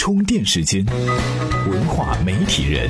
充电时间，文化媒体人。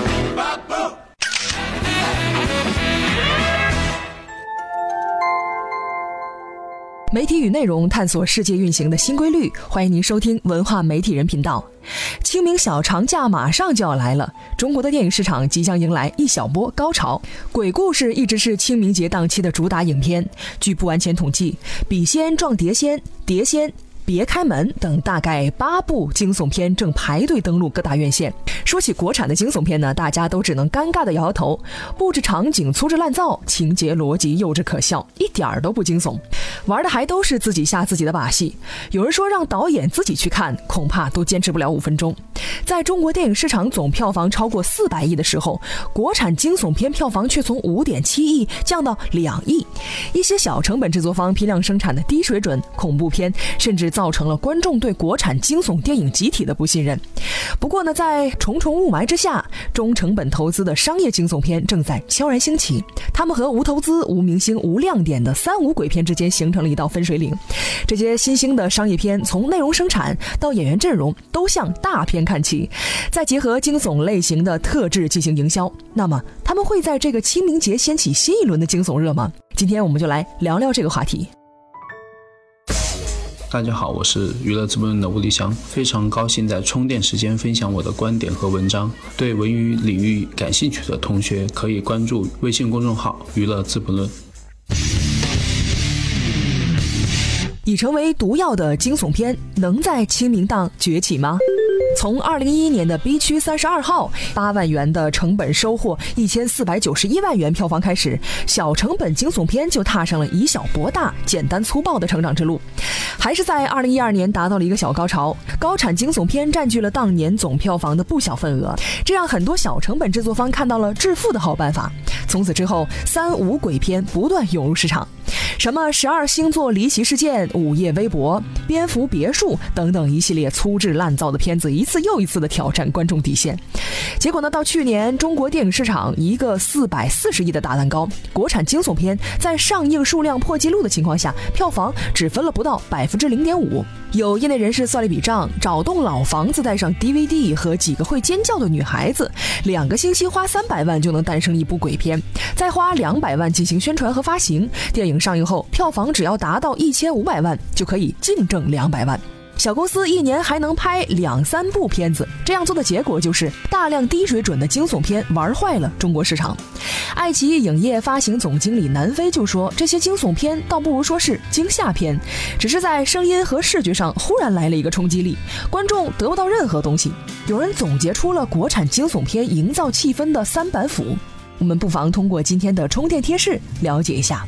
媒体与内容探索世界运行的新规律，欢迎您收听文化媒体人频道。清明小长假马上就要来了，中国的电影市场即将迎来一小波高潮。鬼故事一直是清明节档期的主打影片，据不完全统计，笔仙撞碟仙、碟仙、别开门等大概8部惊悚片正排队登陆各大院线。说起国产的惊悚片呢，大家都只能尴尬地摇摇头，布置场景粗制滥造，情节逻辑幼稚可笑，一点儿都不惊悚，玩的还都是自己吓自己的把戏。有人说让导演自己去看，恐怕都坚持不了5分钟。在中国电影市场总票房超过400亿的时候，国产惊悚片票房却从5.7亿降到2亿。一些小成本制作方批量生产的低水准恐怖片，甚至造成了观众对国产惊悚电影集体的不信任。不过呢，在重重雾霾之下，中成本投资的商业惊悚片正在悄然兴起。他们和无投资、无明星、无亮点的3、5鬼片之间形成了一道分水岭。这些新兴的商业片，从内容生产到演员阵容，都向大片看齐，再结合惊悚类型的特质进行营销。那么，他们会在这个清明节掀起新一轮的惊悚热吗？今天我们就来聊聊这个话题。 大家好，我是娱乐资本论的吴立翔，非常高兴在充电时间分享我的观点和文章。对文娱领域感兴趣的同学可以关注微信公众号娱乐资本论。 已成为毒药的惊悚片能在清明档崛起吗？从2011年的 B 区32号8万元的成本收获1491万元票房开始，小成本惊悚片就踏上了以小博大、简单粗暴的成长之路。还是在2012年达到了一个小高潮，高产惊悚片占据了当年总票房的不小份额，这让很多小成本制作方看到了致富的好办法。从此之后，3、5鬼片不断涌入市场，什么12星座离奇事件、午夜微博、蝙蝠别墅等等一系列粗制滥造的片子，一次又一次的挑战观众底线。结果呢，到去年中国电影市场一个440亿的大蛋糕，国产惊悚片在上映数量破纪录的情况下，票房只分了不到0.5%。有业内人士算了一笔账，找栋老房子，带上 DVD 和几个会尖叫的女孩子，2个星期花300万就能诞生一部鬼片，再花200万进行宣传和发行，电影上映后票房只要达到1500万就可以净挣200万。小公司一年还能拍2、3部片子，这样做的结果就是大量低水准的惊悚片玩坏了中国市场。爱奇艺影业发行总经理南飞就说，这些惊悚片倒不如说是惊吓片，只是在声音和视觉上忽然来了一个冲击力，观众得不到任何东西。有人总结出了国产惊悚片营造气氛的3板斧，我们不妨通过今天的充电贴士了解一下。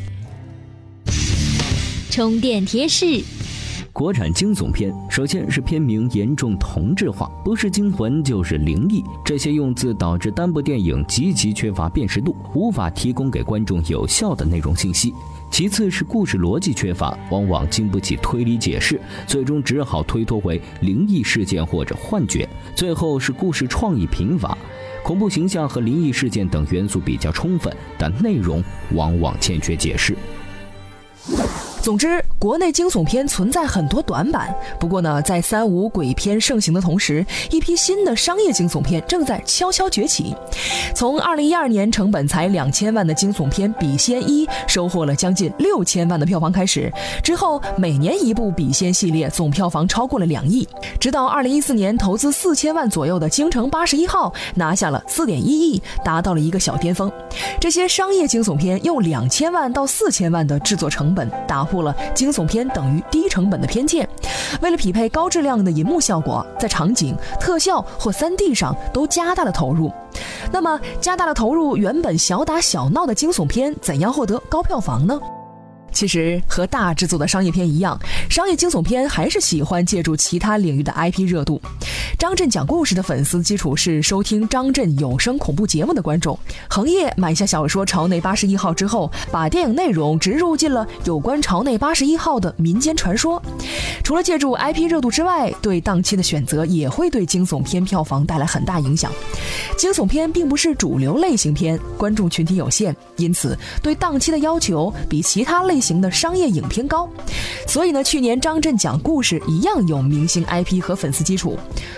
充电贴士。 国产惊悚片首先是片名严重同质化，不是惊魂就是灵异，这些用字导致单部电影极其缺乏辨识度，无法提供给观众有效的内容信息。其次是故事逻辑缺乏，往往经不起推理解释，最终只好推脱为灵异事件或者幻觉。最后是故事创意贫乏，恐怖形象和灵异事件等元素比较充分，但内容往往欠缺解释。 总之，国内惊悚片存在很多短板。不过呢，在3、5鬼片盛行的同时，一批新的商业惊悚片正在悄悄崛起。从2012年成本才2000万的惊悚片《笔仙1》收获了将近6000万的票房开始，之后每年一部笔仙系列总票房超过了2亿，直到2014年投资4000万左右的京城81号拿下了4.1亿，达到了一个小巅峰。这些商业惊悚片用2000万到4000万的制作成本，打破了惊悚片等于低成本的偏见。为了匹配高质量的银幕效果，在场景、特效或 3D 上都加大了投入。那么加大了投入，原本小打小闹的惊悚片怎样获得高票房呢？其实和大制作的商业片一样，商业惊悚片还是喜欢借助其他领域的 IP 热度。张震讲故事的粉丝基础是收听张震有声恐怖节目的观众。恒业买下小说《朝内81号》之后，把电影内容植入进了有关朝内81号的民间传说。除了借助 IP 热度之外，对档期的选择也会对惊悚片票房带来很大影响。惊悚片并不是主流类型片，观众群体有限，因此对档期的要求比其他类型的商业影片高。所以呢，去年张震讲故事一样有明星 IP 和粉丝基础。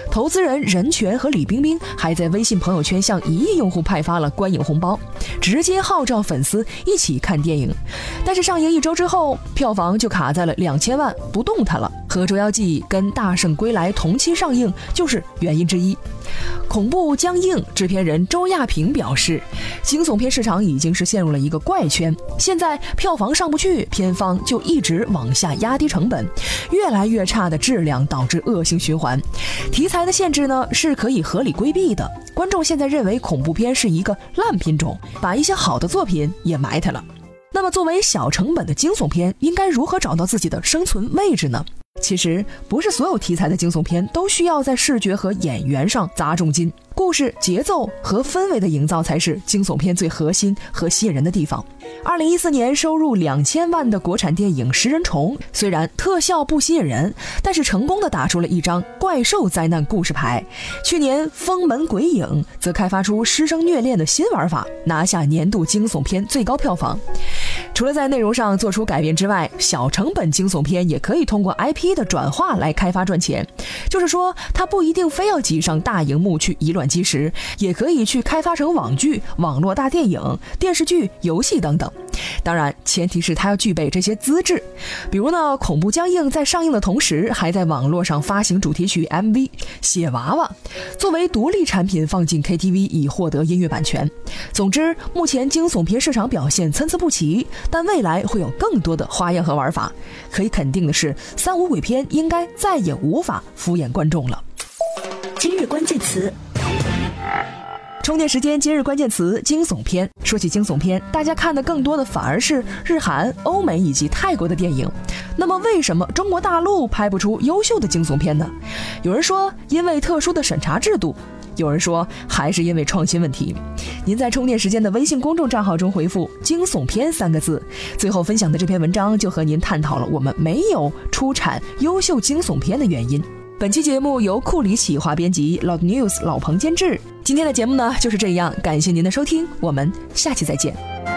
投资人任泉和李冰冰还在微信朋友圈向1亿用户派发了观影红包，直接号召粉丝一起看电影。但是上映1周之后，票房就卡在了2000万不动弹了，和《捉妖记》跟《大圣归来》同期上映就是原因之一。恐怖将映制片人周亚平表示，惊悚片市场已经是陷入了一个怪圈，现在票房上不去，片方就一直往下压低成本，越来越差的质量导致恶性循环。题材的限制呢是可以合理规避的，观众现在认为恐怖片是一个烂品种，把一些好的作品也埋汰了。那么作为小成本的惊悚片，应该如何找到自己的生存位置呢？其实不是所有题材的惊悚片都需要在视觉和演员上砸重金，故事节奏和氛围的营造才是惊悚片最核心和吸引人的地方。2014年收入2000万的国产电影《食人虫》，虽然特效不吸引人，但是成功的打出了一张怪兽灾难故事牌。去年《封门鬼影》则开发出师生虐恋的新玩法，拿下年度惊悚片最高票房。除了在内容上做出改变之外，小成本惊悚片也可以通过 IP 的转化来开发赚钱，就是说它不一定非要挤上大荧幕去以卵击石，也可以去开发成网剧、网络大电影、电视剧、游戏等等。当然前提是它要具备这些资质，比如呢，恐怖将映在上映的同时还在网络上发行主题曲 MV 血娃娃，作为独立产品放进 KTV 以获得音乐版权。总之目前惊悚片市场表现参差不齐，但未来会有更多的花样和玩法。可以肯定的是，3无鬼片应该再也无法敷衍观众了。 今日关键词， 充电时间今日关键词：惊悚片。说起惊悚片，大家看的更多的反而是日韩、欧美以及泰国的电影。那么为什么中国大陆拍不出优秀的惊悚片呢？有人说因为特殊的审查制度，有人说还是因为创新问题。您在充电时间的微信公众账号中回复惊悚片3个字，最后分享的这篇文章就和您探讨了我们没有出产优秀惊悚片的原因。本期节目由库里企划编辑， Loud News 老彭监制。今天的节目呢就是这样，感谢您的收听，我们下期再见。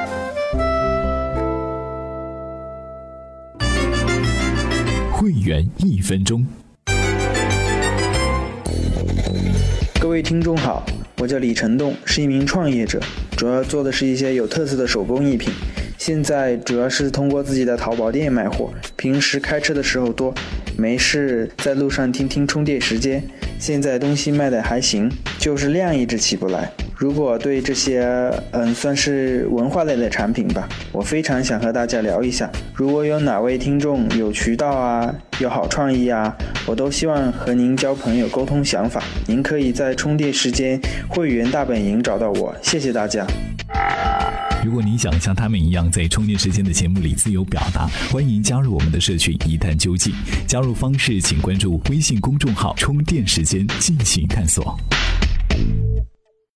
会员1分钟。 各位听众好，我叫李成栋，是一名创业者，主要做的是一些有特色的手工艺品。现在主要是通过自己的淘宝店卖货，平时开车的时候多，没事在路上听听充电时间。现在东西卖的还行，就是量一直起不来。如果对这些算是文化类的产品吧，我非常想和大家聊一下。如果有哪位听众有渠道啊，有好创意啊，我都希望和您交朋友沟通想法。您可以在充电时间会员大本营找到我，谢谢大家。 如果你想像他们一样在充电时间的节目里自由表达，欢迎加入我们的社群一探究竟。加入方式请关注微信公众号充电时间进行探索。